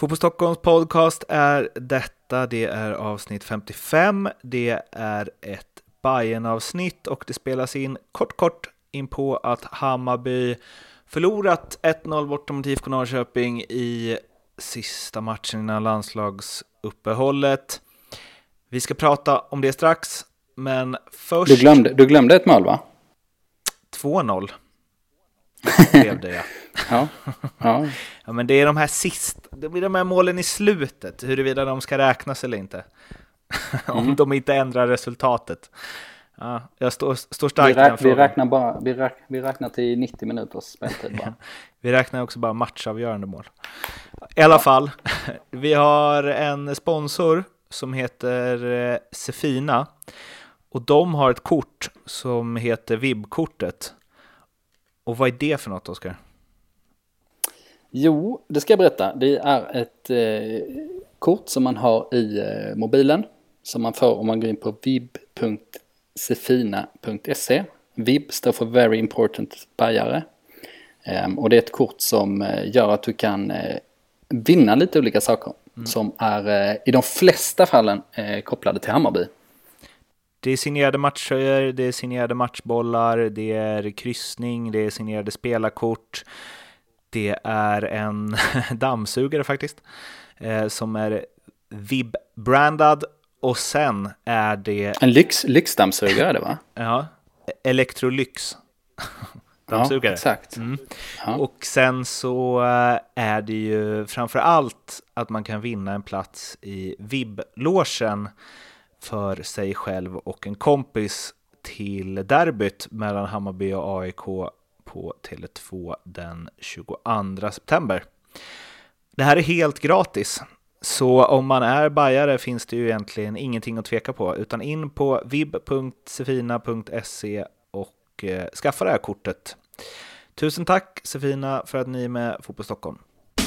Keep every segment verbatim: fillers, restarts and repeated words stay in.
Fotboll Stockholms podcast är detta, det är avsnitt femtiofem, det är ett Bayern-avsnitt och det spelas in kort kort in på att Hammarby förlorat ett noll borta mot I F K Norrköping i sista matchen innan landslagsuppehållet. Vi ska prata om det strax, men först... Du glömde, du glömde ett mål, va? två noll blev det, ja. Ja, ja. Ja, men det är de här sist, det blir de här målen i slutet, huruvida de ska räknas eller inte. Om Mm. de inte ändrar resultatet. Ja, jag står, står starkt vi, i den räk, vi, frågan. räknar bara, vi, räk, vi räknar till nittio minuters speltid bara. Vi räknar också bara matchavgörande mål. I alla fall, vi har en sponsor som heter eh, Cefina. Och de har ett kort som heter V I B-kortet. Och vad är det för något, Oskar? Jo, det ska jag berätta. Det är ett eh, kort som man har i eh, mobilen. Som man får om man går in på vib punkt cefina punkt se. V I B står för Very Important Bajare. Um, och det är ett kort som uh, gör att du kan uh, vinna lite olika saker. Mm. Som är uh, i de flesta fallen uh, kopplade till Hammarby. Det är signerade matcher, det är signerade matchbollar, det är kryssning, det är signerade spelarkort. Det är en dammsugare faktiskt, eh, som är V I B-brandad. Och sen är det... En lyx, lyxdammsugare är det, va? Ja, Electrolux. Dammsugare. Ja, exakt. Mm. Ja. Och sen så är det ju framför allt att man kan vinna en plats i V I B-logen för sig själv och en kompis till derbyt mellan Hammarby och A I K på Tele två den tjugoandra september. Det här är helt gratis. Så om man är bajare finns det ju egentligen ingenting att tveka på, utan in på vib punkt cefina punkt se och eh, skaffa det här kortet. Tusen tack Cefina för att ni är med Fotboll Stockholm.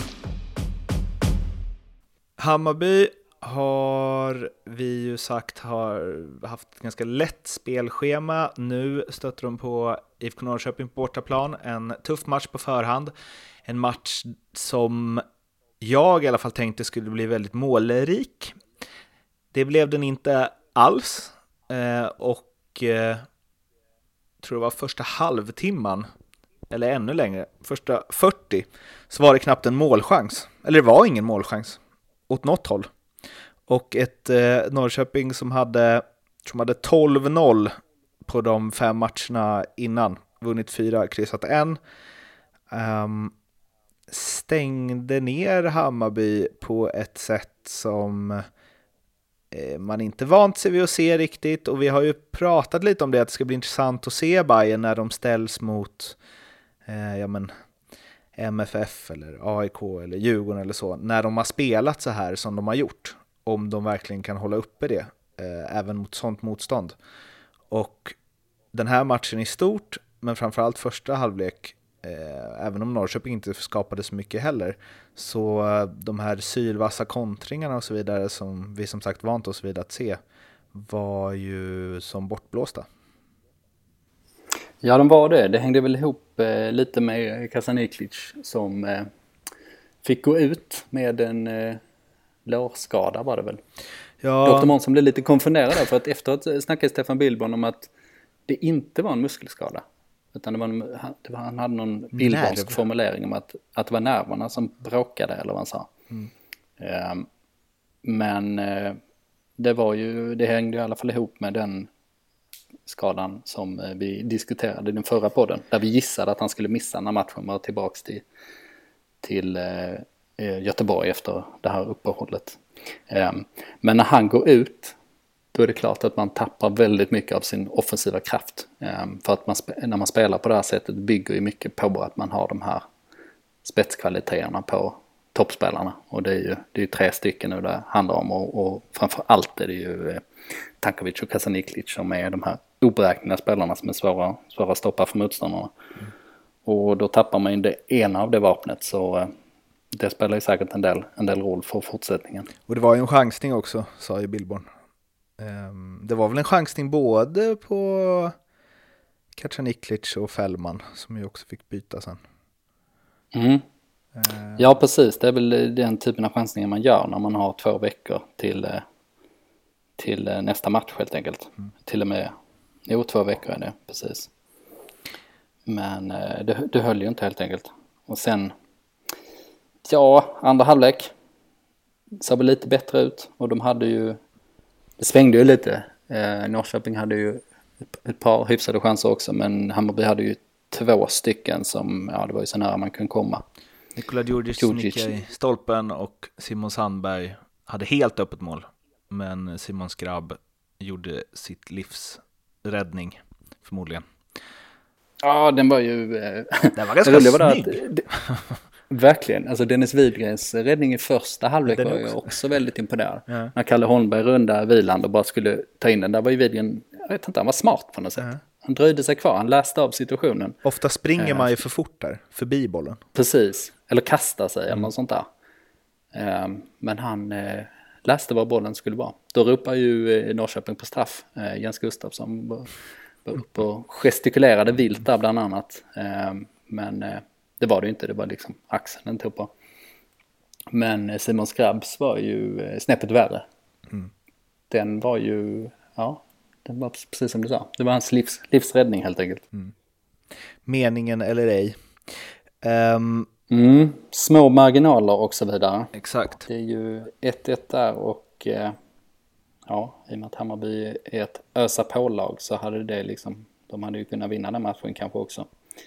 Hammarby har vi ju sagt har haft ett ganska lätt spelschema. Nu stöter de på I F K Norrköping på bortaplan. En tuff match på förhand. En match som jag i alla fall tänkte skulle bli väldigt målrik. Det blev den inte alls. Eh, och eh, tror det var första halvtimman, eller ännu längre, första fyrtio, så var det knappt en målchans. Eller det var ingen målchans åt något håll. Och ett eh, Norrköping som hade, som hade tolv noll på de fem matcherna innan. Vunnit fyra, kryssat en. Um, stängde ner Hammarby på ett sätt som eh, man inte vant sig vid att se riktigt. Och vi har ju pratat lite om det, att det ska bli intressant att se Bayern när de ställs mot eh, ja, men, M F F eller A I K eller Djurgården eller så. När de har spelat så här som de har gjort. Om de verkligen kan hålla uppe det, eh, även mot sånt motstånd. Och den här matchen i stort, men framförallt första halvlek, eh, även om Norrköping inte skapade så mycket heller, så eh, de här sylvassa kontringarna och så vidare som vi som sagt vant oss vid att se var ju som bortblåsta. Ja, de var det. Det hängde väl ihop eh, lite med Kasaniklic som eh, fick gå ut med en... Eh, lårskada var det väl. Ja. doktor Månsson blev lite konfunderad där, för att efteråt snackade Stefan Billborn om att det inte var en muskelskada. Utan det var, en, det var han hade någon billbornsk formulering om att, att det var nerverna som bråkade, eller vad han sa. Mm. Um, men uh, det var ju, det hängde i alla fall ihop med den skadan som uh, vi diskuterade i den förra podden. Där vi gissade att han skulle missa när matchen var tillbaks till, till uh, Göteborg efter det här uppehållet. Men när han går ut, då är det klart att man tappar väldigt mycket av sin offensiva kraft. För att man, när man spelar på det här sättet bygger ju mycket på att man har de här spetskvaliteterna på toppspelarna. Och det är ju, det är ju tre stycken nu det handlar om. Och, och framför allt är det ju Tankovic och Kasaniklic som är de här oberäkneliga spelarna som är svåra, svåra att stoppa för motståndarna. Mm. Och då tappar man ju det ena av det vapnet, så det spelar ju säkert en del, en del roll för fortsättningen. Och det var ju en chansning också, sa ju Billborn. Um, det var väl en chansning både på Kacaniklic och Fällman, som ju också fick byta sen. Mm. Ja, precis. Det är väl den typen av chansningar man gör när man har två veckor till, till nästa match helt enkelt. Mm. Till och med, jo, två veckor är det, precis. Men det, det höll ju inte helt enkelt. Och sen, ja, andra halvlek såg väl lite bättre ut. Och de hade ju, det svängde ju lite. Eh, Norrköping hade ju ett, ett par hyfsade chanser också. Men Hammarby hade ju två stycken som, ja, det var ju så nära man kunde komma. Nikola Djurdjic nickade i stolpen och Simon Sandberg hade helt öppet mål. Men Simon Skrabb gjorde sitt livs räddning, förmodligen. Ja, den var ju... Eh, den var ganska snygg. Var att, det, verkligen. Alltså Dennis Widgrens räddning i första halvlek var ju också väldigt imponerad. Ja. När Kalle Holmberg runda Wieland och bara skulle ta in den. Där var ju Widgren, jag vet inte, han var smart på något sätt. Ja. Han dröjde sig kvar, han läste av situationen. Ofta springer man ju för fort där, förbi bollen. Precis, eller kastar sig mm. eller något sånt där. Um, men han uh, läste var bollen skulle vara. Då ropar ju uh, Norrköping på straff. Uh, Jens Gustafsson var, var uppe och gestikulerade vilt där bland annat. Um, men uh, det var det ju inte, det var liksom axeln den tog på. Men uh, Simon Skrabbs var ju uh, snäppet värre. Mm. Den var ju, ja... Det var precis som du sa. Det var hans livs, livsräddning helt enkelt. Mm. Meningen eller ej. Um, mm, små marginaler och så vidare. Exakt. Det är ju ett ett där och eh, ja, i och med att Hammarby är ett ösa på-lag så hade det liksom, de hade ju kunnat vinna den matchen kanske också.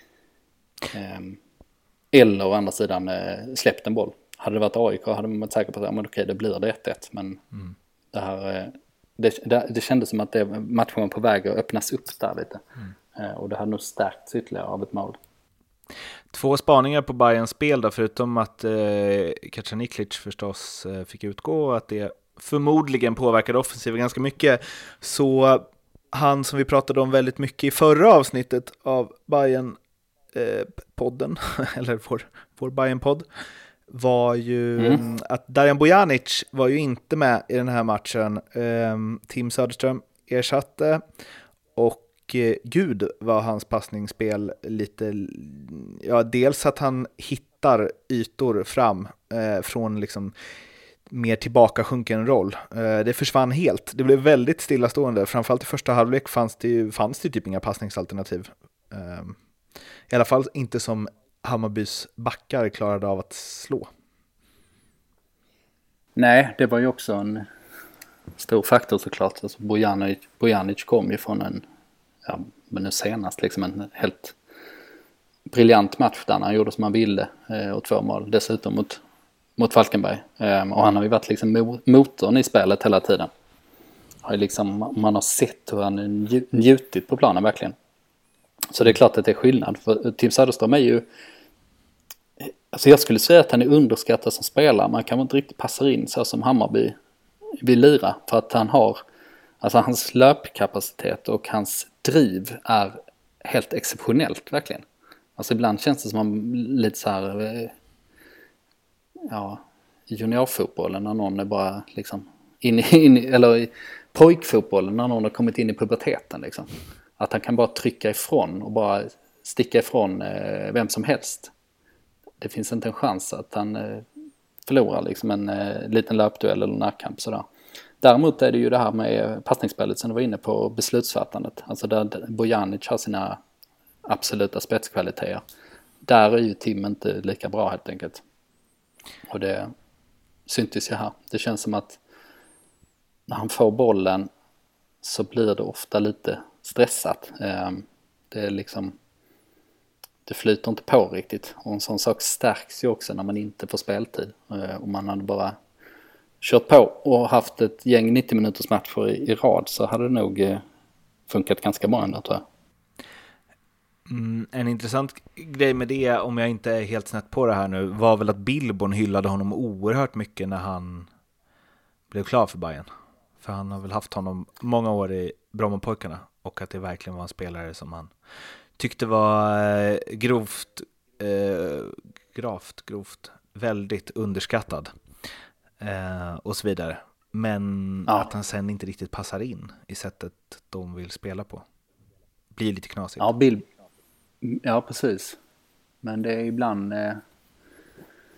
Um, eller å andra sidan eh, släppt en boll. Hade det varit A I K hade man varit säker på att ja, men okej, det blir det ett ett. Men mm. det här... Eh, Det, det, det kändes som att det, matchen var på väg att öppnas upp där lite. Mm. Eh, och det hade nog stärkts ytterligare av ett mål. Två spaningar på Bayerns spel då, förutom att eh, Kacaniklic förstås eh, fick utgå och att det förmodligen påverkade offensiven ganska mycket. Så han som vi pratade om väldigt mycket i förra avsnittet av Bayern-podden, eh, eller vår, vår Bayern-podd, var ju mm. att Darjan Bojanic var ju inte med i den här matchen. Um, Tim Söderström ersatte och uh, gud var hans passningsspel lite, ja, dels att han hittar ytor fram uh, från liksom mer tillbaka sjunken roll. Uh, det försvann helt. Det blev väldigt stillastående. Framförallt i första halvlek fanns det ju, fanns det typ inga passningsalternativ. Um, I alla fall inte som Hammarbys backar klarade av att slå. Nej, det var ju också en stor faktor såklart. Alltså Bojanic, Bojanic kom ju från en, ja, men nu senast liksom en helt briljant match där han gjorde som han ville eh, och två mål dessutom mot, mot Falkenberg. Eh, och han har ju varit liksom motorn i spelet hela tiden. Har ju liksom, man har sett hur han njutit på planen verkligen. Så det är klart att det är skillnad. För Tim Söderström är ju... Alltså jag skulle säga att han är underskattad som spelare. Man kan inte riktigt passa in så som Hammarby vill lira. För att han har... Alltså hans löpkapacitet och hans driv är helt exceptionellt verkligen. Alltså ibland känns det som man lite så här... Ja, i juniorfotbollen när någon är bara liksom... In i, in i, eller i pojkfotbollen när någon har kommit in i puberteten liksom. Att han kan bara trycka ifrån och bara sticka ifrån eh, vem som helst. Det finns inte en chans att han eh, förlorar liksom en eh, liten löpduell eller närkamp sådär. Däremot är det ju det här med passningsspelet som du var inne på, beslutsfattandet. Alltså där Bojanic har sina absoluta spetskvaliteter. Där är ju Tim inte lika bra helt enkelt. Och det syntes ju här. Det känns som att när han får bollen så blir det ofta lite stressat. Det är liksom, det flyter inte på riktigt. Och en sån sak stärks ju också när man inte får speltid. Om man hade bara kört på och haft ett gäng nittio minuters matcher i, i rad så hade det nog funkat ganska bra ändå, tror jag. Mm, en intressant grej med det, om jag inte är helt snett på det här nu, var väl att Billborn hyllade honom oerhört mycket när han blev klar för Bayern. För han har väl haft honom många år i Brommapojkarna och att det verkligen var en spelare som han tyckte var grovt, eh, gravt, grovt, väldigt underskattad eh, och så vidare. Men ja. Att han sen inte riktigt passar in i sättet de vill spela på. Blir lite knasigt. Ja, Bill... ja precis. Men det är ibland... Eh...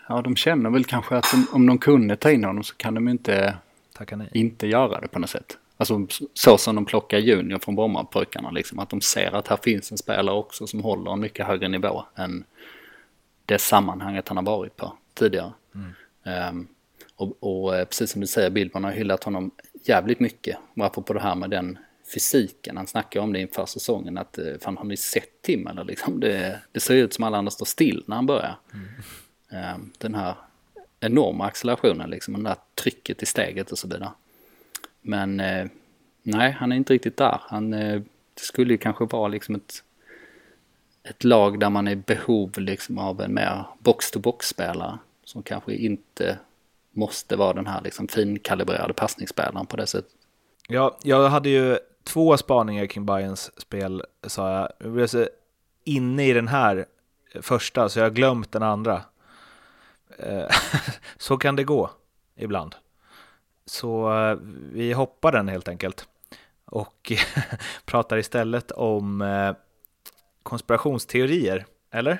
ja, de känner väl kanske att de, om de kunde ta in honom så kan de inte, inte göra det på något sätt. Alltså så som de plockar junior från Brommapojkarna. Liksom, att de ser att här finns en spelare också som håller en mycket högre nivå än det sammanhanget han har varit på tidigare. Mm. Um, och, och precis som du säger, Billborn har hyllat honom jävligt mycket. Varför på det här med den fysiken. Han snackar om det inför säsongen. Att fan, har ni sett Tim? Eller liksom, det, det ser ut som alla andra står still när han börjar. Mm. Um, den här enorma accelerationen. Liksom, och det där trycket i steget och så vidare. Men eh, nej, han är inte riktigt där. Han, eh, det skulle ju kanske vara liksom ett, ett lag där man är i behov liksom av en mer box-to-box-spelare. Som kanske inte måste vara den här liksom finkalibrerade passningsspelaren på det sättet. Ja, jag hade ju två spaningar kring Bayerns spel, sa jag. Jag blev så inne i den här första så jag har glömt den andra. Så kan det gå ibland. Så vi hoppar den helt enkelt och pratar istället om konspirationsteorier, eller?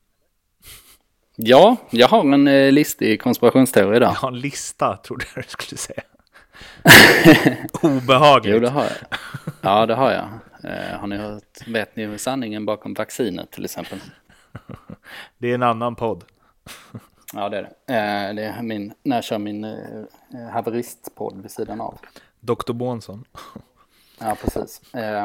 Ja, jag har en eh, lista i konspirationsteorier idag. Jag har en lista, trodde jag du skulle säga. Obehagligt. Jo, det har jag. Ja, det har jag. Eh, har ni hört, vet ni sanningen bakom vaccinet till exempel? Det är en annan podd. Ja, det är det. Eh, det är min, när jag kör min eh, haveristpodd vid sidan av. doktor Bånsson. Ja, precis. Eh,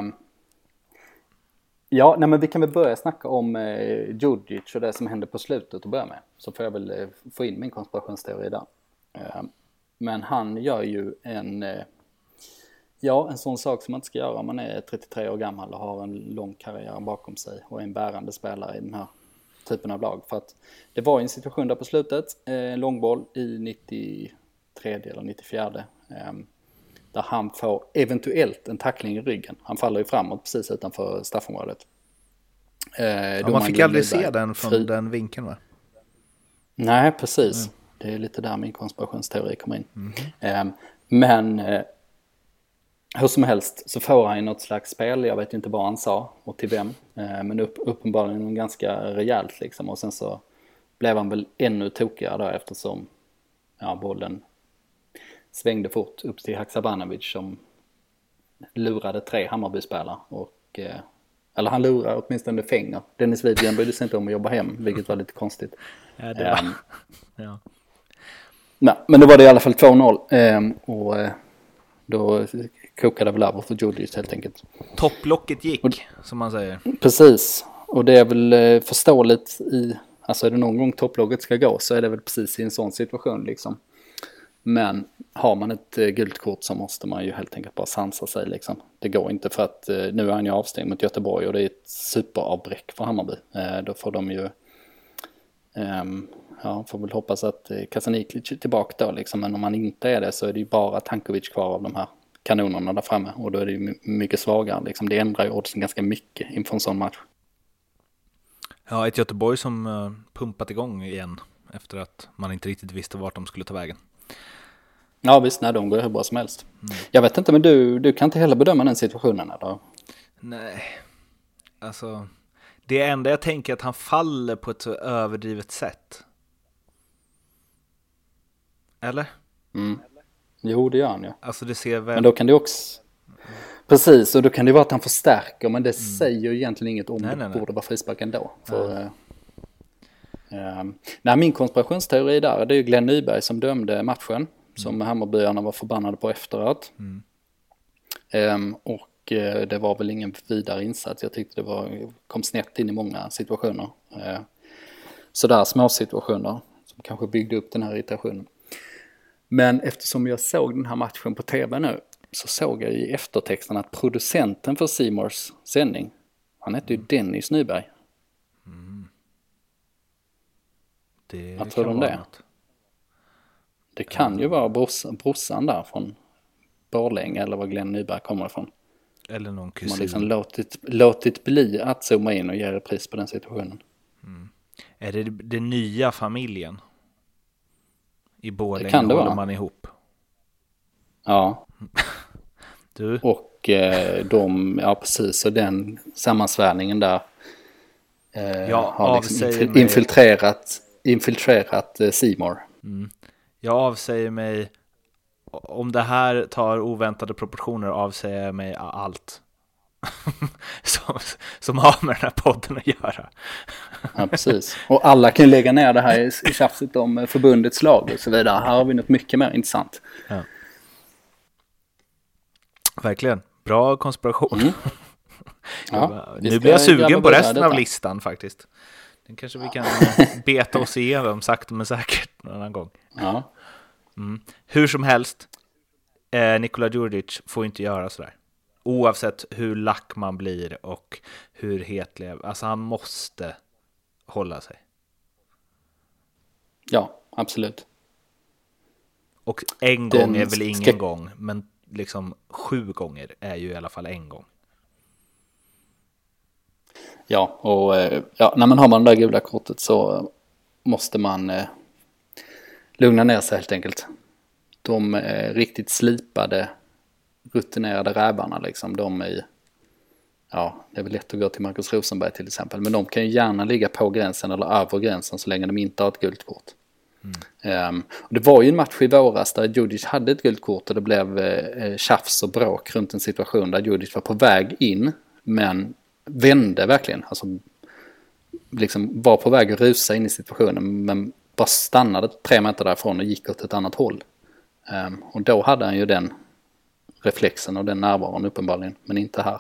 ja, nej, men vi kan väl börja snacka om eh, Djurdjic och det som hände på slutet att börja med. Så får jag väl eh, få in min konspirationsteori idag. Eh, men han gör ju en, eh, ja, en sån sak som man inte ska göra om man är trettiotre år gammal och har en lång karriär bakom sig och är en bärande spelare i den här typen av lag. För att det var en situation där på slutet, en eh, långboll i nittiotre eller nittiofyra, eh, där han får eventuellt en tackling i ryggen. Han faller ju framåt precis utanför straffområdet. Eh, ja, man fick aldrig se den från fri... den vinkeln, va? Nej, precis. Mm. Det är lite där min konspirationsteori kommer in. Mm. Eh, men eh, hur som helst så får han något slags spel. Jag vet inte vad han sa och till vem. Eh, men upp, uppenbarligen ganska rejält liksom. Och sen så blev han väl ännu tokigare där eftersom ja, bollen svängde fort upp till Haksabanovic som lurade tre Hammarby-spelare. Och, eh, eller han lurar åtminstone fänger. Dennis Widgren brydde sig inte om att jobba hem, vilket var lite konstigt. Ja, det var... Um, ja. Nej, men då var det i alla fall två noll. Um, och uh, då kokade väl över för Djurdjic helt enkelt. Topplocket gick, och, som man säger. Precis. Och det är väl uh, förståeligt i... Alltså är det någon gång topplocket ska gå så är det väl precis i en sån situation liksom. Men har man ett uh, gult kort så måste man ju helt enkelt bara sansa sig liksom. Det går inte för att uh, nu är han ju avstängd mot Göteborg och det är ett superavbräck för Hammarby. Uh, då får de ju... Um, ja, får väl hoppas att uh, Kasaniklic är tillbaka då liksom. Men om han inte är det så är det ju bara Tankovic kvar av de här kanonerna där framme. Och då är det ju mycket svagare liksom. Det ändrar ju oddsen ganska mycket inför en sån match. Ja, ett Göteborg som uh, pumpat igång igen efter att man inte riktigt visste vart de skulle ta vägen. Ja visst, nej, de går hur bra som helst. Mm. Jag vet inte, men du, du kan inte heller bedöma den situationen eller? Nej, alltså det enda jag tänker är att han faller på ett så överdrivet sätt. Eller? Mm. Jo, det gör han ju. Ja. Alltså det ser väl... Men då kan det också... Precis, och då kan det vara att han förstärker, men det mm. säger ju egentligen inget om nej, det nej, nej. borde vara frispark ändå. För, uh, uh, nej, min konspirationsteori där, det är ju Glenn Nyberg som dömde matchen. Mm. Som Hammarbyarna var förbannade på efteråt. Mm. Um, och uh, det var väl ingen vidare insats. Jag tyckte det var, kom snett in i många situationer. Uh, sådär små situationer som kanske byggde upp den här irritationen. Men eftersom jag såg den här matchen på tv nu så såg jag i eftertexten att producenten för C Mores sändning, han heter ju Dennis Nyberg. Mm. Det Vad tror du om det? Något. Det kan mm. ju vara brorsan, brorsan där från Borlänge eller var Glenn Nyberg kommer ifrån. Eller någon kusin. Man har liksom låtit, låtit bli att zooma in och ge repris på den situationen. Mm. Är det den nya familjen? I Borlänge kan det håller vara. Man ihop. Ja. Du? Och eh, de, ja precis, och den sammansvärningen där eh, ja, har liksom infil- infiltrerat infiltrerat eh, Seymour. Mm. Jag avsäger mig, om det här tar oväntade proportioner, avsäger jag mig allt som, som har med den här podden att göra. Ja, precis. Och alla kan lägga ner det här i, i tjafset om förbundets lag och så vidare. Här har vi något mycket mer intressant. Ja. Verkligen. Bra konspiration. Mm. Ja, nu blir jag sugen på resten av listan faktiskt. Den kanske vi kan beta oss igenom sakta men säkert någon annan gång. Ja. Mm. Hur som helst, eh, Nikola Djurdjic får inte göra sådär. Oavsett hur lack man blir och hur hetlig. Alltså han måste hålla sig. Ja, absolut. Och en Den gång är väl ingen ska... gång, men liksom sju gånger är ju i alla fall en gång. Ja, och ja, när man har man det där gula kortet så måste man eh, lugna ner sig helt enkelt. De eh, riktigt slipade, rutinerade rävarna liksom, de är, ja, det är väl lätt att gå till Marcus Rosenberg till exempel, men de kan ju gärna ligga på gränsen eller över gränsen så länge de inte har ett gult kort. Mm. Um, och det var ju en match i våras där Djurdjic hade ett gult kort och det blev eh, tjafs och bråk runt en situation där Djurdjic var på väg in, men vände verkligen, alltså liksom var på väg att rusa in i situationen men bara stannade tre meter därifrån och gick åt ett annat håll. Um, och då hade han ju den reflexen och den närvaron uppenbarligen, men inte här.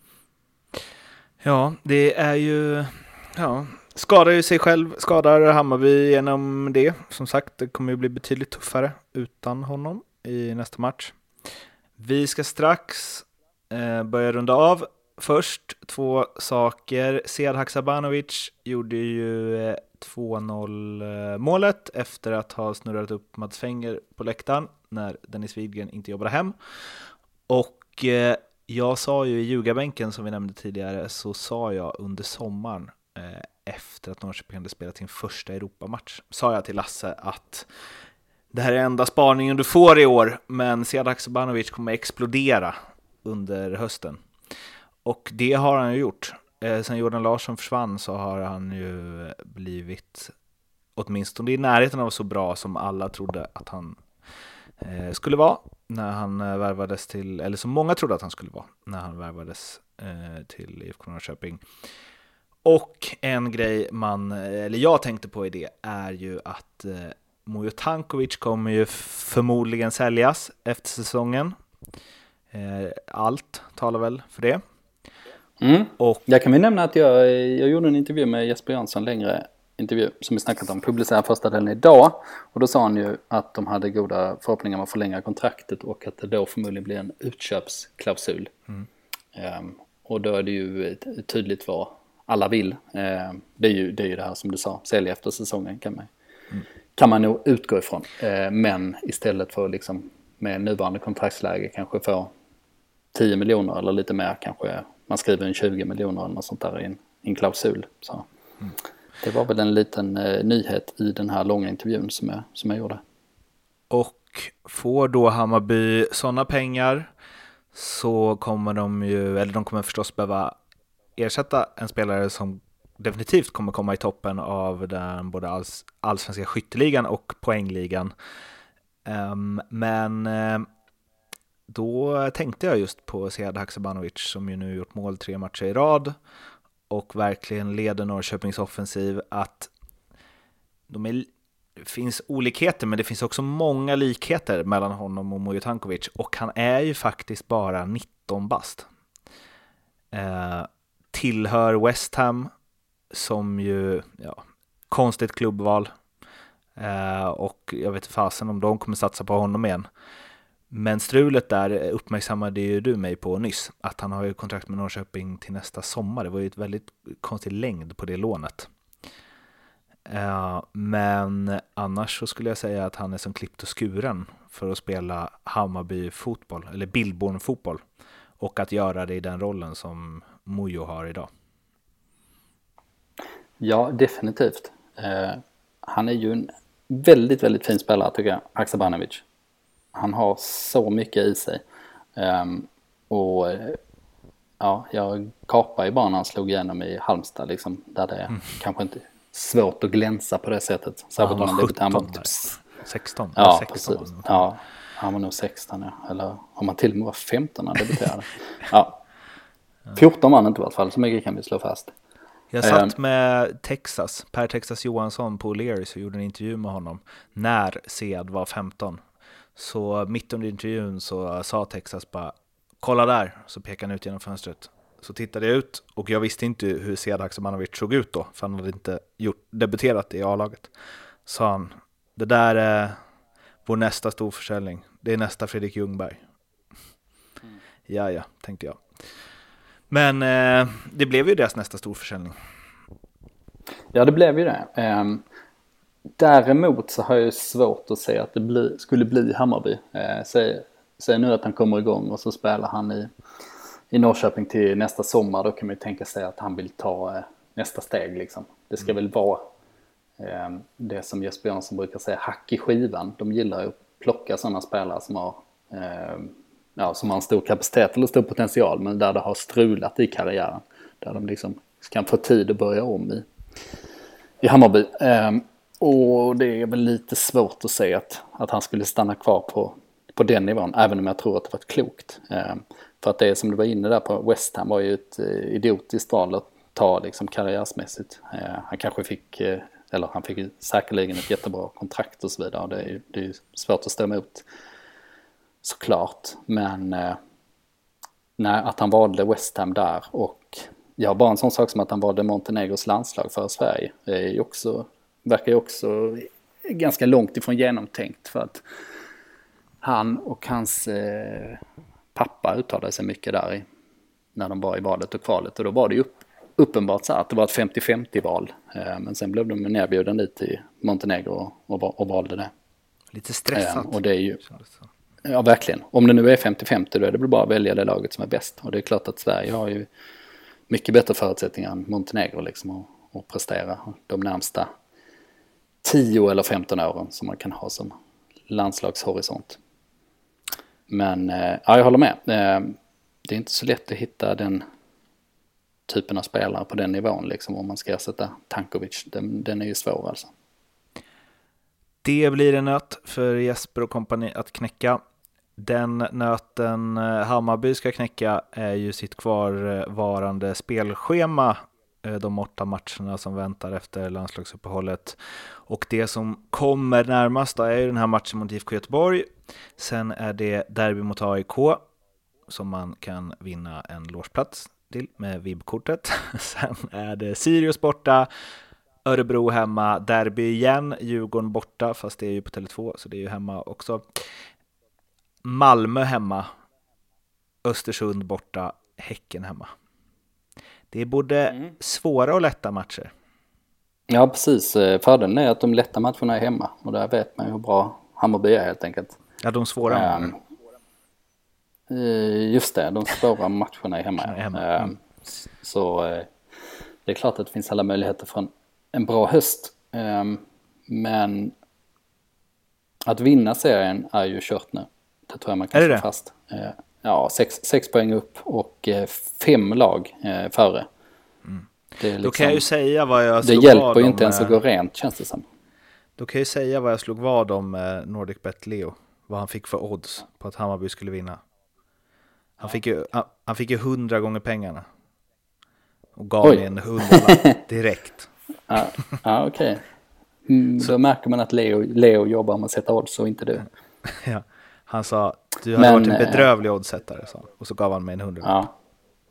Ja, det är ju, ja, skadar ju sig själv, skadar Hammarby genom det. Som sagt, det kommer ju bli betydligt tuffare utan honom i nästa match. Vi ska strax eh, börja runda av. Först två saker. Sead Haksabanovic gjorde ju eh, två noll målet efter att ha snurrat upp Mats Fenger på läktaren när Dennis Widgren inte jobbade hem. Och eh, jag sa ju i ljugarbänken som vi nämnde tidigare, så sa jag under sommaren eh, efter att Norrköping hade spelat sin första Europamatch, sa jag till Lasse att det här är enda spaningen du får i år, men Sead Haksabanovic kommer explodera under hösten. Och det har han ju gjort. Eh, sen Jordan Larsson försvann så har han ju blivit åtminstone i närheten av så bra som alla trodde att han eh, skulle vara när han eh, värvades till, eller som många trodde att han skulle vara när han värvades eh, till I F K Norrköping. Och en grej man, eller jag tänkte på i det, är ju att eh, Mujo Tankovic kommer ju förmodligen säljas efter säsongen. Eh, allt talar väl för det. Mm. Och jag kan väl nämna att jag, jag gjorde en intervju med Jesper Jansson, längre intervju som vi snackat om, publicerad första delen idag, och då sa han ju att de hade goda förhoppningar om att förlänga kontraktet och att det då förmodligen blir en utköpsklausul. Mm. Um, och då är det ju tydligt vad alla vill. Uh, det, är ju, det är ju det här som du sa, sälja efter säsongen kan man, mm. kan man nog utgå ifrån. Uh, men istället för liksom med nuvarande kontraktsläge kanske få tio miljoner eller lite mer, kanske man skriver en tjugo miljoner eller något sånt där i en, en klausul. Så mm. det var väl en liten eh, nyhet i den här långa intervjun som jag, som jag gjorde. Och får då Hammarby sådana pengar så kommer de ju, eller de kommer förstås behöva ersätta en spelare som definitivt kommer komma i toppen av den både alls, allsvenska skytteligan och poängligan. Um, men uh, då tänkte jag just på Sead Haksabanovic som ju nu gjort mål tre matcher i rad och verkligen leder Norrköpings offensiv, att de är, det finns olikheter men det finns också många likheter mellan honom och Mujo Tankovic, och han är ju faktiskt bara nitton bast. Uh, tillhör West Ham som ju, ja, konstigt klubbval. Uh, och jag vet fasen om de kommer satsa på honom igen. Men strulet där uppmärksammade ju du mig på nyss, att han har ju kontrakt med Norrköping till nästa sommar. Det var ju ett väldigt konstig längd på det lånet. Uh, men annars så skulle jag säga att han är som klippt och skuren för att spela Hammarby fotboll, eller Billborn fotboll, och att göra det i den rollen som Mujo har idag. Ja, definitivt. Uh, han är ju en väldigt, väldigt fin spelare tycker jag, Haksabanovic. Han har så mycket i sig. Um, och ja, jag kapade ju bara när han slog igenom i Halmstad liksom, där det mm. kanske inte svårt att glänsa på det sättet. Ja, han var sjutton, typ sexton. Ja, sexton. Precis. Ja, han var nog sexton, ja. Eller om man till och med var femton när han debuterade. Ja. fjorton var han inte i alla fall, så mycket kan vi slå fast. Jag satt med Texas, Per Texas Johansson på O'Learys och gjorde en intervju med honom när Sead var femton. Så mitt under intervjun så sa Texas bara, kolla där, så pekade han ut genom fönstret. Så tittade jag ut och jag visste inte hur Sead Haksabanovic såg ut då, för han hade inte gjort, debuterat i A-laget. Sa han, det där är vår nästa storförsäljning. Det är nästa Fredrik Ljungberg. Mm. Ja, ja, tänkte jag. Men eh, det blev ju deras nästa storförsäljning. Ja, det blev ju det. Um, däremot så har jag ju svårt att säga att det bli, skulle bli Hammarby. Uh, säg, säg nu att han kommer igång och så spelar han i, i Norrköping till nästa sommar. Då kan man ju tänka sig att han vill ta uh, nästa steg. Liksom. Det ska mm. väl vara uh, det som Jesper Jansson brukar säga, hack i skivan. De gillar ju att plocka sådana spelare som har... Uh, Ja, som har en stor kapacitet eller stor potential, men där det har strulat i karriären. Där de liksom kan få tid att börja om i, i Hammarby. Ehm, och det är väl lite svårt att säga att, att han skulle stanna kvar på, på den nivån, även om jag tror att det var klokt. Ehm, för att det som du var inne där på West Ham var ju ett eh, idiotiskt val att ta liksom karriärsmässigt. Ehm, han kanske fick, eh, eller han fick säkerligen ett jättebra kontrakt och så vidare. Det är ju det är svårt att stå emot. Såklart, men eh, nej, att han valde West Ham där och ja, bara en sån sak som att han valde Montenegros landslag för Sverige är ju också, verkar ju också ganska långt ifrån genomtänkt, för att han och hans eh, pappa uttalade sig mycket där i, när de var i valet och kvalet, och då var det ju upp, uppenbart så att det var ett femtio femtio val, eh, men sen blev de nerbjuden dit i Montenegro och, och, och valde det. Lite stressat. Eh, och det är ju... Ja, verkligen. Om det nu är femtio femtio då är det väl bara att välja det laget som är bäst. Och det är klart att Sverige har ju mycket bättre förutsättningar än Montenegro liksom att, att prestera de närmsta tio eller femton åren som man kan ha som landslagshorisont. Men ja, jag håller med. Det är inte så lätt att hitta den typen av spelare på den nivån liksom, om man ska ersätta Tankovic. Den, den är ju svår alltså. Det blir en nöt för Jesper och kompani att knäcka. Den nöten Hammarby ska knäcka är ju sitt kvarvarande spelschema, de åtta matcherna som väntar efter landslagsuppehållet. Och det som kommer närmast är ju den här matchen mot I F K Göteborg. Sen är det derby mot A I K som man kan vinna en logeplats till med V I B-kortet. Sen är det Sirius borta, Örebro hemma, derby igen, Djurgården borta, fast det är ju på Tele två så det är ju hemma också. Malmö hemma, Östersund borta, Häcken hemma. Det är både mm. svåra och lätta matcher. Ja, precis. Fördelen är att de lätta matcherna är hemma och där vet man ju hur bra Hammarby är helt enkelt. Ja, de svåra. Um, just det, de svåra matcherna är hemma. är hemma. Mm. Um, så uh, det är klart att det finns alla möjligheter för en, en bra höst. Um, men att vinna serien är ju kört nu. Det tror jag man kan slå fast. Uh, ja, sex, sex poäng upp och uh, fem lag uh, före. Mm. Det är liksom, då kan jag ju säga vad jag slog vad om. Det hjälper ju inte ens att gå rent, känns det som. Då kan jag ju säga vad jag slog vad om eh, Nordic Bet Leo. Vad han fick för odds på att Hammarby skulle vinna. Han fick ju, han, han fick ju hundra gånger pengarna. Och gav mig en hundralapp direkt. Ja, ja okej. Okay. Mm, så märker man att Leo, Leo jobbar med att sätta odds och inte du. Ja, han sa, du har varit en bedrövlig oddsättare. Så. Och så gav han mig en hundralapp. Ja.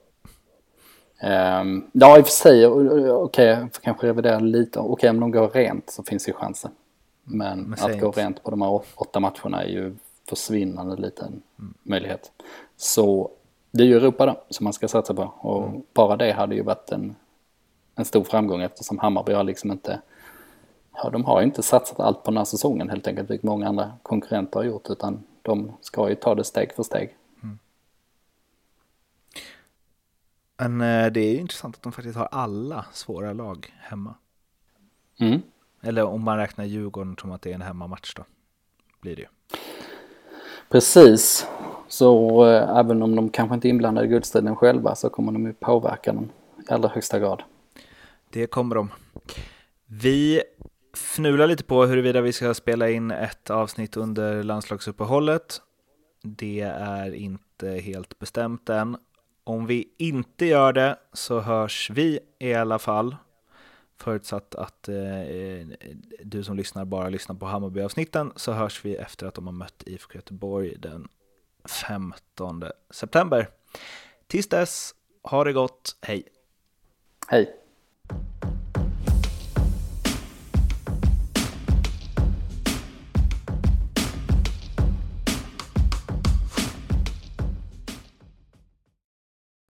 Um, ja, i och för sig, okej, okay, jag får kanske revidera lite. Okej, okay, om de går rent så finns ju chansen. Men, Men att gå rent på de här åtta matcherna är ju försvinnande liten mm. möjlighet. Så det är ju Europa då, som man ska satsa på. Och mm. bara det hade ju varit en, en stor framgång eftersom Hammarby har liksom inte, ja, de har ju inte satsat allt på den här säsongen helt enkelt, vilket många andra konkurrenter har gjort, utan de ska ju ta det steg för steg. Men det är ju intressant att de faktiskt har alla svåra lag hemma. Mm. Eller om man räknar Djurgården som att det är en hemmamatch då. Blir det ju. Precis. Så äh, även om de kanske inte är inblandade i guldstriden själva så kommer de ju påverka den i allra högsta grad. Det kommer de. Vi fnular lite på huruvida vi ska spela in ett avsnitt under landslagsuppehållet. Det är inte helt bestämt än. Om vi inte gör det så hörs vi i alla fall. Förutsatt att eh, du som lyssnar bara lyssnar på Hammarby-avsnitten, så hörs vi efter att de har mött I F K Göteborg den femtonde september. Tills dess, ha det gott, hej! Hej!